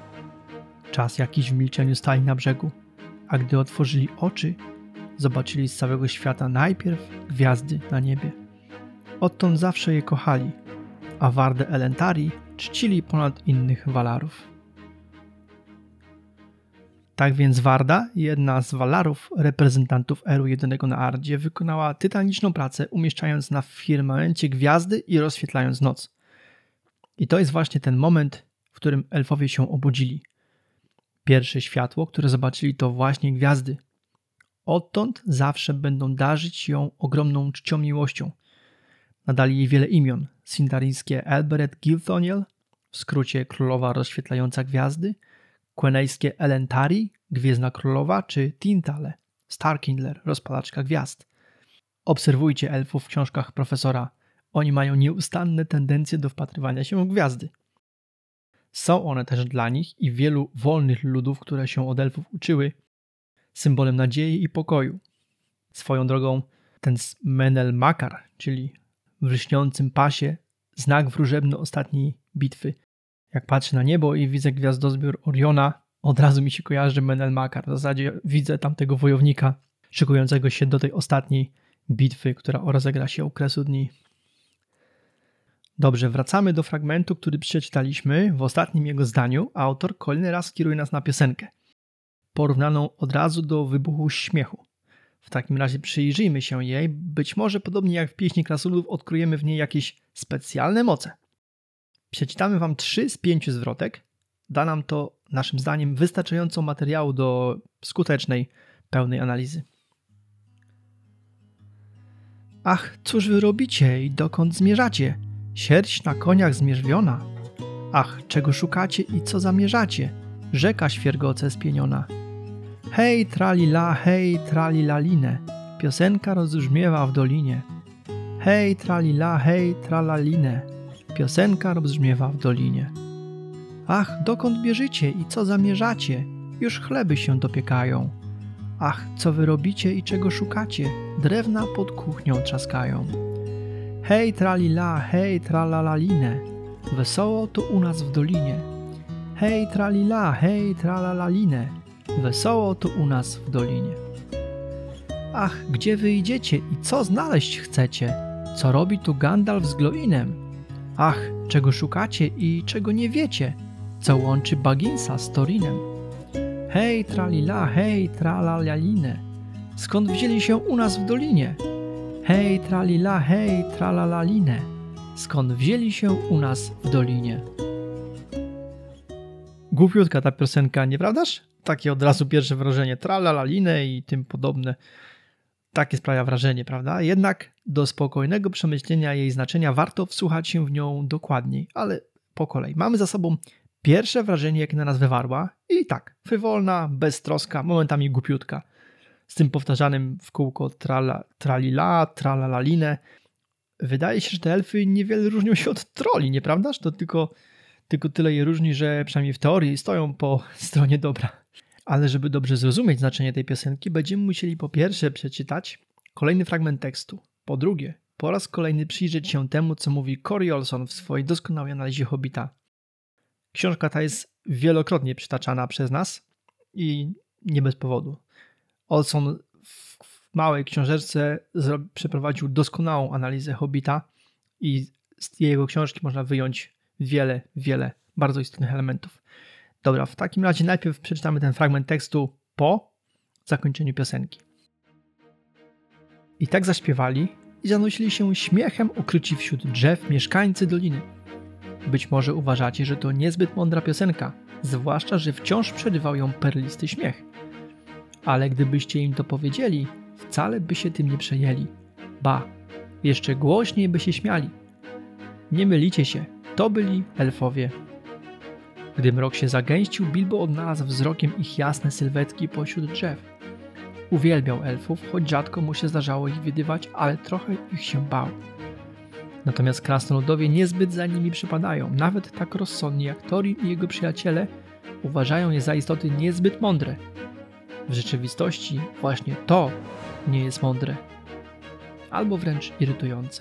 Czas jakiś w milczeniu stali na brzegu, a gdy otworzyli oczy, zobaczyli z całego świata najpierw gwiazdy na niebie. Odtąd zawsze je kochali, a Wardę Elentari czcili ponad innych Valarów. Tak więc Warda, jedna z Valarów, reprezentantów Eru Jedynego na Ardzie, wykonała tytaniczną pracę, umieszczając na firmamencie gwiazdy i rozświetlając noc. I to jest właśnie ten moment, w którym elfowie się obudzili. Pierwsze światło, które zobaczyli, to właśnie gwiazdy. Odtąd zawsze będą darzyć ją ogromną czcią miłością. Nadali jej wiele imion. Sindarińskie Elbereth Gilthoniel, w skrócie Królowa Rozświetlająca Gwiazdy, Quenejskie Elentari, Gwiezdna Królowa, czy Tintale, Starkindler, Rozpalaczka Gwiazd. Obserwujcie elfów w książkach profesora. Oni mają nieustanne tendencje do wpatrywania się w gwiazdy. Są one też dla nich i wielu wolnych ludów, które się od elfów uczyły, symbolem nadziei i pokoju. Swoją drogą ten Menelmakar, czyli w lśniącym pasie, znak wróżebny ostatniej bitwy. Jak patrzę na niebo i widzę gwiazdozbiór Oriona, od razu mi się kojarzy Menelmakar. W zasadzie widzę tamtego wojownika szykującego się do tej ostatniej bitwy, która rozegra się u kresu dni. Dobrze, wracamy do fragmentu, który przeczytaliśmy w ostatnim jego zdaniu. Autor kolejny raz kieruje nas na piosenkę, porównaną od razu do wybuchu śmiechu. W takim razie przyjrzyjmy się jej. Być może podobnie jak w pieśni Krasnoludów odkryjemy w niej jakieś specjalne moce. Przeczytamy wam 3 z 5 zwrotek. Da nam to, naszym zdaniem, wystarczająco materiału do skutecznej, pełnej analizy. Ach, cóż wy robicie i dokąd zmierzacie? Sierść na koniach zmierzwiona. Ach, czego szukacie i co zamierzacie? Rzeka świergoce spieniona. Hej, tralilalinę, piosenka rozbrzmiewa w dolinie. Hej, tralalinę, piosenka rozbrzmiewa w dolinie. Ach, dokąd bieżycie i co zamierzacie? Już chleby się dopiekają. Ach, co wy robicie i czego szukacie? Drewna pod kuchnią trzaskają. Hej, tralalalinę, wesoło tu u nas w dolinie. Hej, tralalalinę, wesoło tu u nas w dolinie. Ach, gdzie wy idziecie i co znaleźć chcecie? Co robi tu Gandalf z Glorfindem? Ach, czego szukacie i czego nie wiecie? Co łączy Bagginsa z Torinem? Hej, tralalalinę, skąd wzięli się u nas w dolinie? Hej, tralalalinę, skąd wzięli się u nas w dolinie? Głupiutka ta piosenka, nieprawdaż? Takie od razu pierwsze wrażenie, tralalalinę i tym podobne. Takie sprawia wrażenie, prawda? Jednak do spokojnego przemyślenia jej znaczenia warto wsłuchać się w nią dokładniej, ale po kolei. Mamy za sobą pierwsze wrażenie, jakie na nas wywarła i tak, frywolna, beztroska, momentami głupiutka. Z tym powtarzanym w kółko tralalalinę. Wydaje się, że te elfy niewiele różnią się od troli, nieprawdaż? To tylko tyle je różni, że przynajmniej w teorii stoją po stronie dobra. Ale żeby dobrze zrozumieć znaczenie tej piosenki, będziemy musieli po pierwsze przeczytać kolejny fragment tekstu. Po drugie, po raz kolejny przyjrzeć się temu, co mówi Corey Olson w swojej doskonałej analizie Hobbita. Książka ta jest wielokrotnie przytaczana przez nas i nie bez powodu. Olson w małej książeczce przeprowadził doskonałą analizę Hobbita i z jego książki można wyjąć wiele bardzo istotnych elementów. Dobra, w takim razie najpierw przeczytamy ten fragment tekstu po zakończeniu piosenki. I tak zaśpiewali i zanosili się śmiechem ukryci wśród drzew mieszkańcy doliny. Być może uważacie, że to niezbyt mądra piosenka, zwłaszcza, że wciąż przerywał ją perlisty śmiech. Ale gdybyście im to powiedzieli, wcale by się tym nie przejęli. Ba, jeszcze głośniej by się śmiali. Nie mylicie się, to byli elfowie. Gdy mrok się zagęścił, Bilbo odnalazł wzrokiem ich jasne sylwetki pośród drzew. Uwielbiał elfów, choć rzadko mu się zdarzało ich widywać, ale trochę ich się bał. Natomiast krasnoludowie niezbyt za nimi przypadają, nawet tak rozsądni jak Thorin i jego przyjaciele uważają je za istoty niezbyt mądre. W rzeczywistości właśnie to nie jest mądre, albo wręcz irytujące.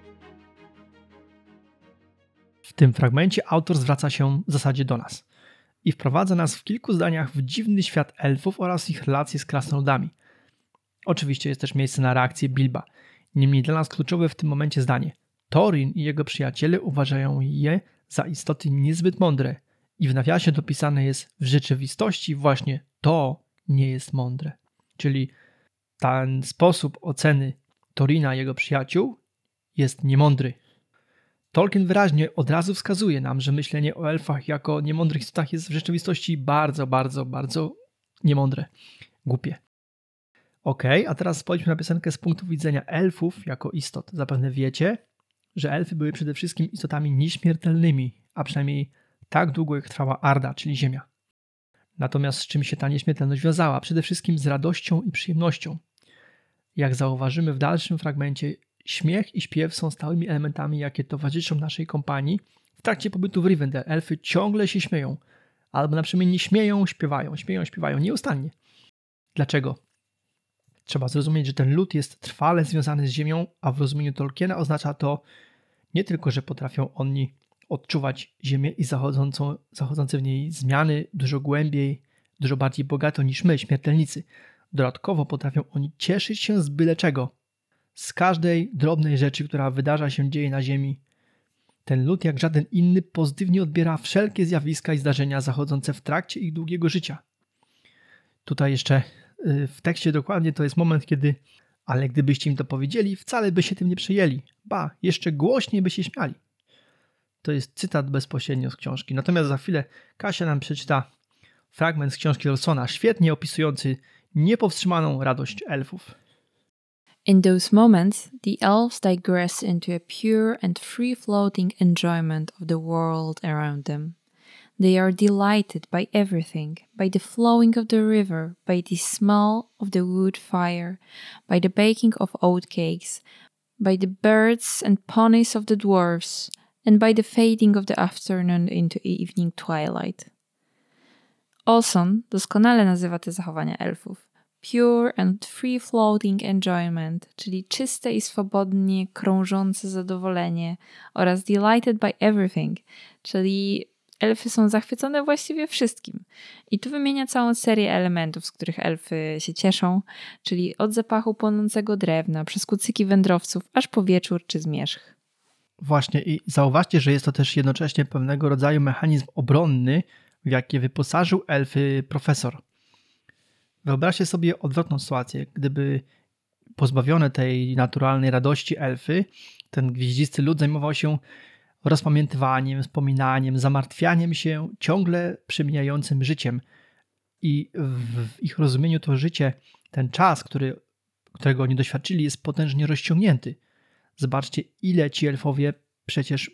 W tym fragmencie autor zwraca się w zasadzie do nas i wprowadza nas w kilku zdaniach w dziwny świat elfów oraz ich relacje z krasnoludami. Oczywiście jest też miejsce na reakcję Bilba. Niemniej dla nas kluczowe w tym momencie zdanie. Thorin i jego przyjaciele uważają je za istoty niezbyt mądre i w nawiasie dopisane jest w rzeczywistości właśnie to nie jest mądre. Czyli ten sposób oceny Thorina i jego przyjaciół jest niemądry. Tolkien wyraźnie od razu wskazuje nam, że myślenie o elfach jako niemądrych istotach jest w rzeczywistości bardzo niemądre, głupie. A teraz spójrzmy na piosenkę z punktu widzenia elfów jako istot. Zapewne wiecie, że elfy były przede wszystkim istotami nieśmiertelnymi, a przynajmniej tak długo jak trwała Arda, czyli Ziemia. Natomiast z czym się ta nieśmiertelność wiązała? Przede wszystkim z radością i przyjemnością. Jak zauważymy w dalszym fragmencie, śmiech i śpiew są stałymi elementami, jakie towarzyszą naszej kompanii. W trakcie pobytu w Rivendell elfy ciągle się śmieją, albo na przykład nie śmieją, śpiewają nieustannie. Dlaczego? Trzeba zrozumieć, że ten lud jest trwale związany z ziemią, a w rozumieniu Tolkiena oznacza to nie tylko, że potrafią oni odczuwać ziemię i zachodzące w niej zmiany dużo głębiej, dużo bardziej bogato niż my, śmiertelnicy. Dodatkowo potrafią oni cieszyć się z byle czego. Z każdej drobnej rzeczy, która wydarza się, dzieje na ziemi. Ten lud jak żaden inny pozytywnie odbiera wszelkie zjawiska i zdarzenia zachodzące w trakcie ich długiego życia. Tutaj jeszcze w tekście dokładnie to jest moment, kiedy ale gdybyście im to powiedzieli, wcale by się tym nie przejęli. Ba, jeszcze głośniej by się śmiali. To jest cytat bezpośrednio z książki. Natomiast za chwilę Kasia nam przeczyta fragment z książki Olsona, świetnie opisujący niepowstrzymaną radość elfów. In those moments, the elves digress into a pure and free-floating enjoyment of the world around them. They are delighted by everything, by the flowing of the river, by the smell of the wood fire, by the baking of oat cakes, by the birds and ponies of the dwarfs, and by the fading of the afternoon into evening twilight. Olson doskonale nazywa te zachowania elfów. Pure and free-floating enjoyment, czyli czyste i swobodnie krążące zadowolenie, oraz delighted by everything, czyli elfy są zachwycone właściwie wszystkim. I tu wymienia całą serię elementów, z których elfy się cieszą, czyli od zapachu płonącego drewna, przez kucyki wędrowców, aż po wieczór czy zmierzch. Właśnie i zauważcie, że jest to też jednocześnie pewnego rodzaju mechanizm obronny, w jaki wyposażył elfy profesor. Wyobraźcie sobie odwrotną sytuację, gdyby pozbawione tej naturalnej radości elfy, ten gwieździsty lud zajmował się rozpamiętywaniem, wspominaniem, zamartwianiem się ciągle przemijającym życiem i w ich rozumieniu to życie, ten czas, którego oni doświadczyli, jest potężnie rozciągnięty. Zobaczcie, ile ci elfowie przecież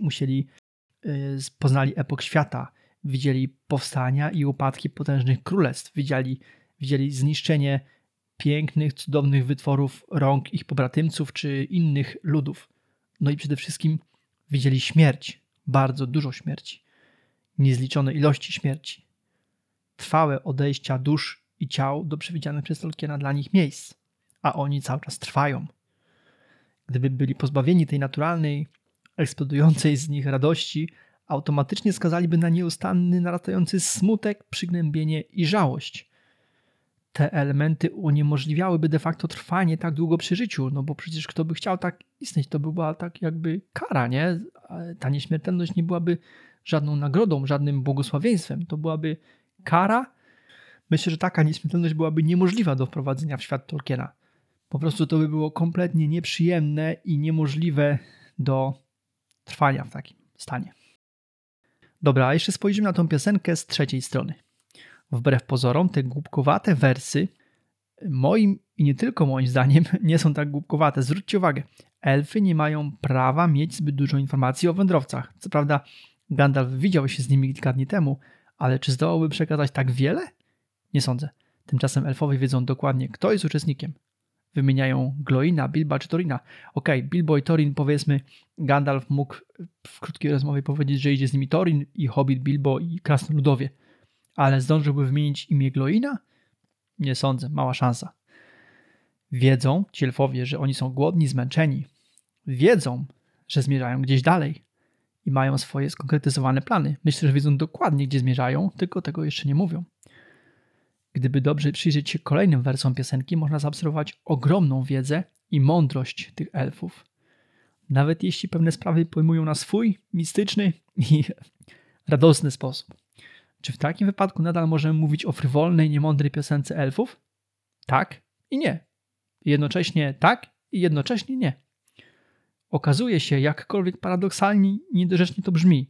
poznali epok świata, widzieli powstania i upadki potężnych królestw, widzieli zniszczenie pięknych, cudownych wytworów rąk ich pobratymców czy innych ludów. No i przede wszystkim widzieli śmierć, bardzo dużo śmierci, niezliczone ilości śmierci, trwałe odejścia dusz i ciał do przewidzianych przez Tolkiena dla nich miejsc, a oni cały czas trwają. Gdyby byli pozbawieni tej naturalnej, eksplodującej z nich radości, automatycznie skazaliby na nieustanny, narastający smutek, przygnębienie i żałość. Te elementy uniemożliwiałyby de facto trwanie tak długo przy życiu, no bo przecież kto by chciał tak istnieć, to by była tak jakby kara, nie? Ta nieśmiertelność nie byłaby żadną nagrodą, żadnym błogosławieństwem, to byłaby kara. Myślę, że taka nieśmiertelność byłaby niemożliwa do wprowadzenia w świat Tolkiena. Po prostu to by było kompletnie nieprzyjemne i niemożliwe do trwania w takim stanie. Dobra, a jeszcze spojrzymy na tą piosenkę z trzeciej strony. Wbrew pozorom te głupkowate wersy, moim i nie tylko moim zdaniem, nie są tak głupkowate. Zwróćcie uwagę, elfy nie mają prawa mieć zbyt dużo informacji o wędrowcach. Co prawda Gandalf widział się z nimi kilka dni temu, ale czy zdołałby przekazać tak wiele? Nie sądzę. Tymczasem elfowie wiedzą dokładnie, kto jest uczestnikiem. Wymieniają Gloina, Bilba czy Torina. Okej, Bilbo i Thorin, powiedzmy, Gandalf mógł w krótkiej rozmowie powiedzieć, że idzie z nimi Thorin i Hobbit, Bilbo i krasnoludowie. Ale zdążyłby wymienić imię Gloina? Nie sądzę, mała szansa. Wiedzą ci elfowie, że oni są głodni, zmęczeni. Wiedzą, że zmierzają gdzieś dalej i mają swoje skonkretyzowane plany. Myślę, że wiedzą dokładnie, gdzie zmierzają, tylko tego jeszcze nie mówią. Gdyby dobrze przyjrzeć się kolejnym wersom piosenki, można zaobserwować ogromną wiedzę i mądrość tych elfów. Nawet jeśli pewne sprawy pojmują na swój mistyczny i radosny sposób. Czy w takim wypadku nadal możemy mówić o frywolnej, niemądrej piosence elfów? Tak i nie. Jednocześnie tak i jednocześnie nie. Okazuje się, jakkolwiek paradoksalnie i niedorzecznie to brzmi,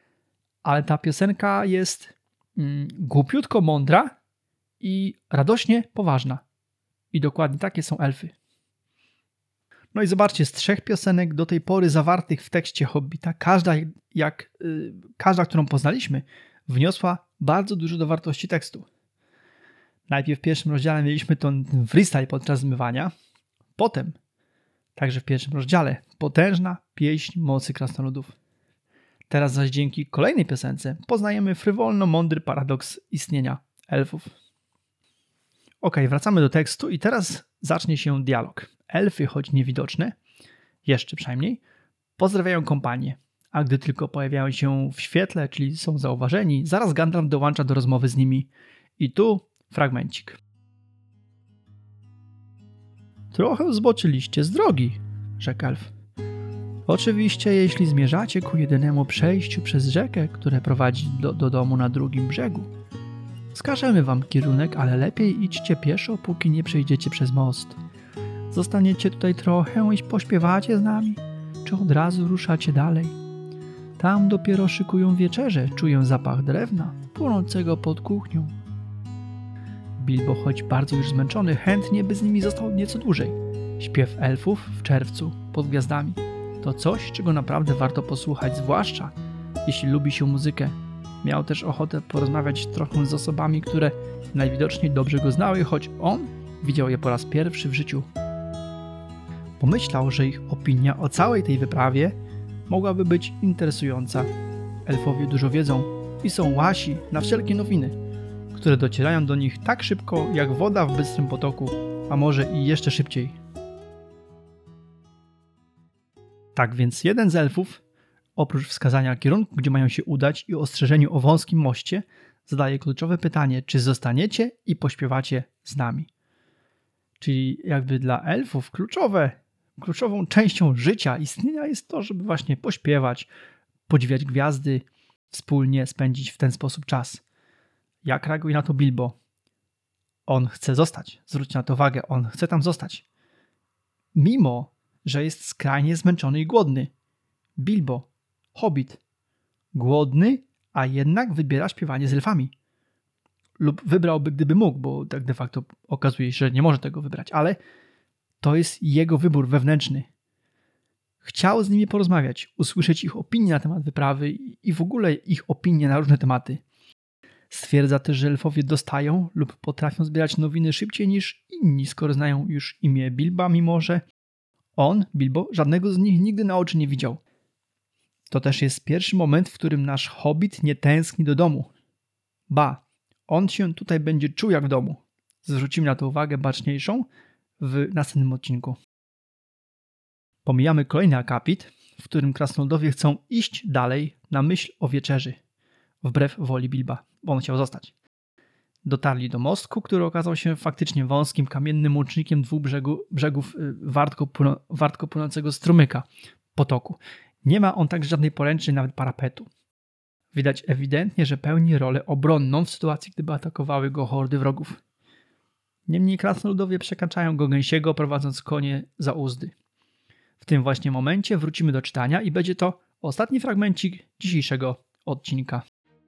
ale ta piosenka jest głupiutko mądra i radośnie poważna. I dokładnie takie są elfy. No i zobaczcie, z 3 piosenek do tej pory zawartych w tekście Hobbita, każda, którą poznaliśmy, wniosła bardzo dużo do wartości tekstu. Najpierw w pierwszym rozdziale mieliśmy ten freestyle podczas zmywania, potem, także w pierwszym rozdziale, potężna pieśń mocy krasnoludów. Teraz zaś dzięki kolejnej piosence poznajemy frywolno-mądry paradoks istnienia elfów. Okej, wracamy do tekstu i teraz zacznie się dialog. Elfy, choć niewidoczne, jeszcze przynajmniej, pozdrawiają kompanię, a gdy tylko pojawiają się w świetle, czyli są zauważeni, zaraz Gandalf dołącza do rozmowy z nimi. I tu fragmencik. Trochę zboczyliście z drogi, rzekł elf. Oczywiście, jeśli zmierzacie ku jedynemu przejściu przez rzekę, które prowadzi do domu na drugim brzegu. Wskażemy wam kierunek, ale lepiej idźcie pieszo, póki nie przejdziecie przez most. Zostaniecie tutaj trochę i pośpiewacie z nami, czy od razu ruszacie dalej. Tam dopiero szykują wieczerze, czuję zapach drewna, płonącego pod kuchnią. Bilbo, choć bardzo już zmęczony, chętnie by z nimi został nieco dłużej. Śpiew elfów w czerwcu pod gwiazdami to coś, czego naprawdę warto posłuchać, zwłaszcza jeśli lubi się muzykę. Miał też ochotę porozmawiać trochę z osobami, które najwidoczniej dobrze go znały, choć on widział je po raz pierwszy w życiu. Pomyślał, że ich opinia o całej tej wyprawie mogłaby być interesująca. Elfowie dużo wiedzą i są łasi na wszelkie nowiny, które docierają do nich tak szybko jak woda w bystrym potoku, a może i jeszcze szybciej. Tak więc jeden z elfów, oprócz wskazania kierunku, gdzie mają się udać i ostrzeżeniu o wąskim moście, zadaje kluczowe pytanie, czy zostaniecie i pośpiewacie z nami. Czyli jakby dla elfów kluczową częścią życia, istnienia jest to, żeby właśnie pośpiewać, podziwiać gwiazdy, wspólnie spędzić w ten sposób czas. Jak reaguje na to Bilbo? On chce zostać. Zwróćcie na to uwagę, on chce tam zostać. Mimo, że jest skrajnie zmęczony i głodny. Bilbo, hobbit, głodny, a jednak wybiera śpiewanie z elfami. Lub wybrałby, gdyby mógł, bo tak de facto okazuje się, że nie może tego wybrać, ale to jest jego wybór wewnętrzny. Chciał z nimi porozmawiać, usłyszeć ich opinie na temat wyprawy i w ogóle ich opinie na różne tematy. Stwierdza też, że elfowie dostają lub potrafią zbierać nowiny szybciej niż inni, skoro znają już imię Bilba, mimo że on, Bilbo, żadnego z nich nigdy na oczy nie widział. To też jest pierwszy moment, w którym nasz hobbit nie tęskni do domu. Ba, on się tutaj będzie czuł jak w domu. Zwrócimy na to uwagę baczniejszą w następnym odcinku. Pomijamy kolejny akapit, w którym krasnoludowie chcą iść dalej na myśl o wieczerzy, wbrew woli Bilba, bo on chciał zostać. Dotarli do mostku, który okazał się faktycznie wąskim, kamiennym łącznikiem dwóch brzegów wartko płynącego strumyka, potoku. Nie ma on także żadnej poręczy, nawet parapetu. Widać ewidentnie, że pełni rolę obronną w sytuacji, gdyby atakowały go hordy wrogów. Niemniej krasnoludowie przekraczają go gęsiego, prowadząc konie za uzdy. W tym właśnie momencie wrócimy do czytania i będzie to ostatni fragmencik dzisiejszego odcinka.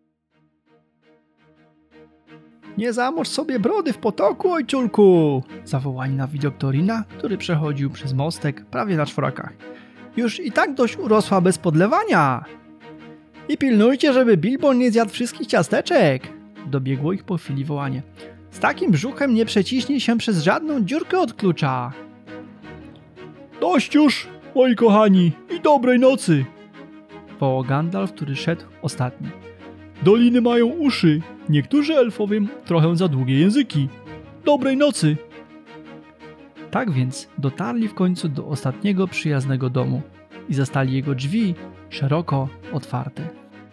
Nie zamocz sobie brody w potoku, ojczulku! Zawołali na widok Torina, który przechodził przez mostek prawie na czworakach. Już i tak dość urosła bez podlewania! I pilnujcie, żeby Bilbo nie zjadł wszystkich ciasteczek! Dobiegło ich po chwili wołanie. Z takim brzuchem nie przeciśnie się przez żadną dziurkę od klucza! Dość już, moi kochani, i dobrej nocy! Wołał Gandalf, który szedł ostatni. Doliny mają uszy, niektórzy elfowie trochę za długie języki. Dobrej nocy! Tak więc dotarli w końcu do ostatniego przyjaznego domu i zastali jego drzwi szeroko otwarte.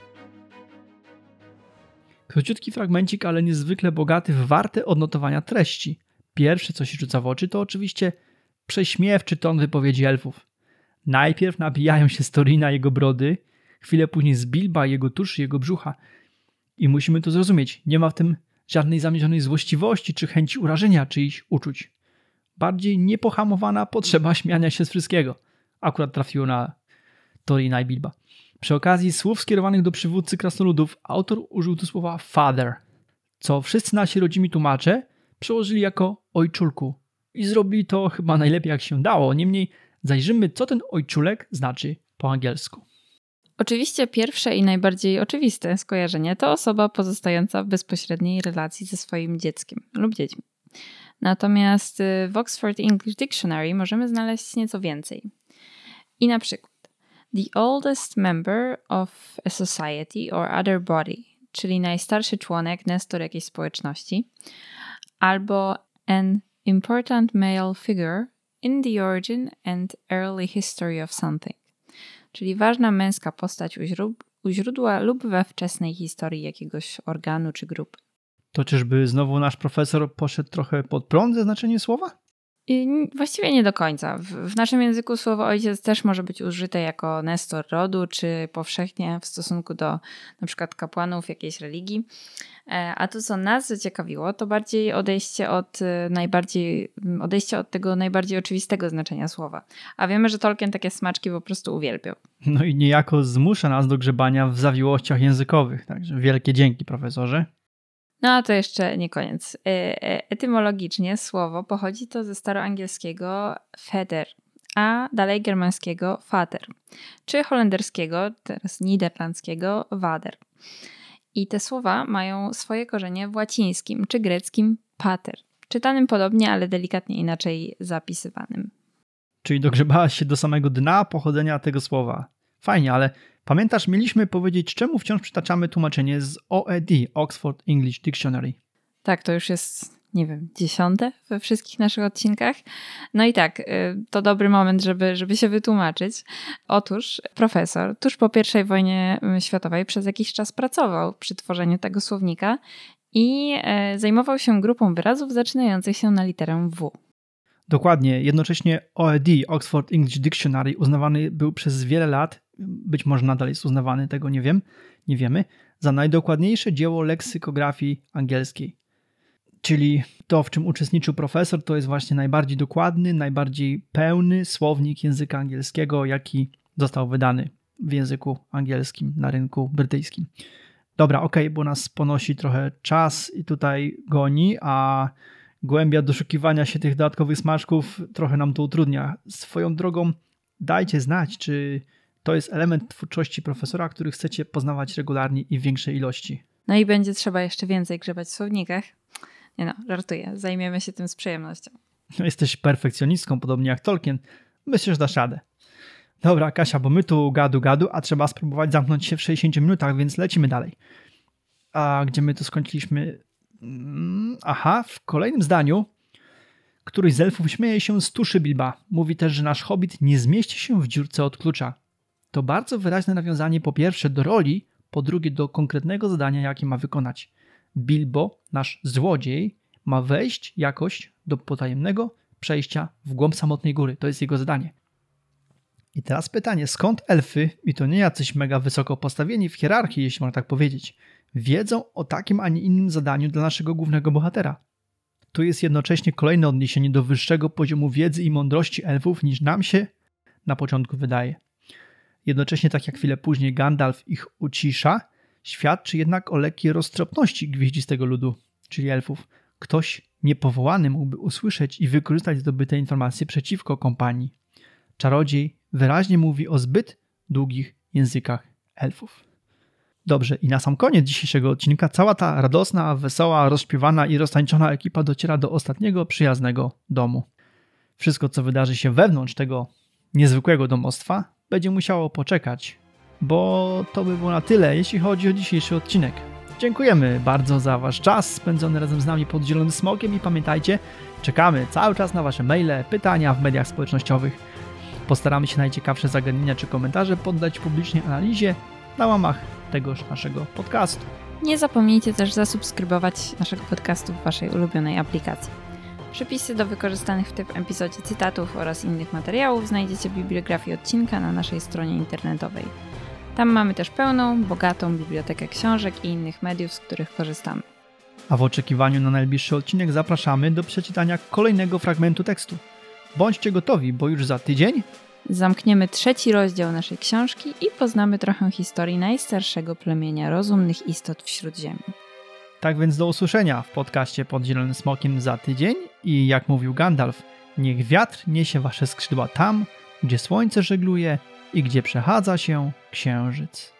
Króciutki fragmencik, ale niezwykle bogaty w warte odnotowania treści. Pierwsze, co się rzuca w oczy, to oczywiście prześmiewczy ton wypowiedzi elfów. Najpierw nabijają się z Torina jego brody, chwilę później z Bilba, jego tuszy, jego brzucha. I musimy to zrozumieć. Nie ma w tym żadnej zamierzonej złośliwości czy chęci urażenia czyichś uczuć. Bardziej niepohamowana potrzeba śmiania się z wszystkiego. Akurat trafiło na Torina i Bilba. Przy okazji słów skierowanych do przywódcy krasnoludów autor użył tu słowa father, co wszyscy nasi rodzimi tłumacze przełożyli jako ojczulku. I zrobili to chyba najlepiej jak się dało. Niemniej zajrzymy, co ten ojczulek znaczy po angielsku. Oczywiście pierwsze i najbardziej oczywiste skojarzenie to osoba pozostająca w bezpośredniej relacji ze swoim dzieckiem lub dziećmi. Natomiast w Oxford English Dictionary możemy znaleźć nieco więcej. I na przykład the oldest member of a society or other body, czyli najstarszy członek, nestor jakiejś społeczności, albo an important male figure in the origin and early history of something, czyli ważna męska postać u źródła lub we wczesnej historii jakiegoś organu czy grupy. To czyżby znowu nasz profesor poszedł trochę pod prąd ze znaczeniem słowa? Właściwie nie do końca. W naszym języku słowo ojciec też może być użyte jako nestor rodu, czy powszechnie w stosunku do na przykład kapłanów jakiejś religii. A to, co nas zaciekawiło, to bardziej odejście od tego najbardziej oczywistego znaczenia słowa. A wiemy, że Tolkien takie smaczki po prostu uwielbiał. No i niejako zmusza nas do grzebania w zawiłościach językowych. Także wielkie dzięki, profesorze. No a to jeszcze nie koniec. Etymologicznie słowo pochodzi to ze staroangielskiego feder, a dalej germańskiego vater, czy holenderskiego, teraz niderlandzkiego vader. I te słowa mają swoje korzenie w łacińskim czy greckim pater, czytanym podobnie, ale delikatnie inaczej zapisywanym. Czyli dogrzebałaś się do samego dna pochodzenia tego słowa. Fajnie, ale pamiętasz, mieliśmy powiedzieć, czemu wciąż przytaczamy tłumaczenie z OED, Oxford English Dictionary. Tak, to już jest, 10. we wszystkich naszych odcinkach. No i tak, to dobry moment, żeby się wytłumaczyć. Otóż profesor tuż po I wojnie światowej przez jakiś czas pracował przy tworzeniu tego słownika i zajmował się grupą wyrazów zaczynających się na literę W. Dokładnie. Jednocześnie OED, Oxford English Dictionary, uznawany był przez wiele lat, być może nadal jest uznawany, tego nie wiemy, za najdokładniejsze dzieło leksykografii angielskiej. Czyli to, w czym uczestniczył profesor, to jest właśnie najbardziej dokładny, najbardziej pełny słownik języka angielskiego, jaki został wydany w języku angielskim na rynku brytyjskim. Dobra, okej, bo nas ponosi trochę czas i tutaj goni, a głębia doszukiwania się tych dodatkowych smaczków trochę nam to utrudnia. Swoją drogą dajcie znać, czy to jest element twórczości profesora, który chcecie poznawać regularnie i w większej ilości. No i będzie trzeba jeszcze więcej grzebać w słownikach. Nie no, żartuję. Zajmiemy się tym z przyjemnością. Jesteś perfekcjonistką, podobnie jak Tolkien. Myślę, że dasz radę. Dobra, Kasia, bo my tu gadu, a trzeba spróbować zamknąć się w 60 minutach, więc lecimy dalej. A gdzie my to skończyliśmy? Aha, w kolejnym zdaniu któryś z elfów śmieje się z tuszy Bilba. Mówi też, że nasz hobbit nie zmieści się w dziurce od klucza. To bardzo wyraźne nawiązanie po pierwsze do roli, po drugie do konkretnego zadania, jakie ma wykonać. Bilbo, nasz złodziej, ma wejść jakoś do potajemnego przejścia w głąb samotnej góry. To jest jego zadanie. I teraz pytanie, skąd elfy, i to nie jacyś mega wysoko postawieni w hierarchii, jeśli można tak powiedzieć, wiedzą o takim, a nie innym zadaniu dla naszego głównego bohatera? Tu jest jednocześnie kolejne odniesienie do wyższego poziomu wiedzy i mądrości elfów, niż nam się na początku wydaje. Jednocześnie, tak jak chwilę później Gandalf ich ucisza, świadczy jednak o lekkiej roztropności gwieździstego ludu, czyli elfów. Ktoś niepowołany mógłby usłyszeć i wykorzystać zdobyte informacje przeciwko kompanii. Czarodziej wyraźnie mówi o zbyt długich językach elfów. Dobrze, i na sam koniec dzisiejszego odcinka cała ta radosna, wesoła, rozśpiewana i roztańczona ekipa dociera do ostatniego, przyjaznego domu. Wszystko, co wydarzy się wewnątrz tego niezwykłego domostwa, będzie musiało poczekać, bo to by było na tyle, jeśli chodzi o dzisiejszy odcinek. Dziękujemy bardzo za wasz czas spędzony razem z nami pod Zielonym Smokiem i pamiętajcie, czekamy cały czas na wasze maile, pytania w mediach społecznościowych. Postaramy się najciekawsze zagadnienia czy komentarze poddać publicznej analizie na łamach tegoż naszego podcastu. Nie zapomnijcie też zasubskrybować naszego podcastu w waszej ulubionej aplikacji. Przepisy do wykorzystanych w tym epizodzie cytatów oraz innych materiałów znajdziecie w bibliografii odcinka na naszej stronie internetowej. Tam mamy też pełną, bogatą bibliotekę książek i innych mediów, z których korzystamy. A w oczekiwaniu na najbliższy odcinek zapraszamy do przeczytania kolejnego fragmentu tekstu. Bądźcie gotowi, bo już za tydzień zamkniemy 3. rozdział naszej książki i poznamy trochę historii najstarszego plemienia rozumnych istot wśród ziemi. Tak więc do usłyszenia w podcaście pod Zielonym Smokiem za tydzień i jak mówił Gandalf, niech wiatr niesie wasze skrzydła tam, gdzie słońce żegluje i gdzie przechadza się księżyc.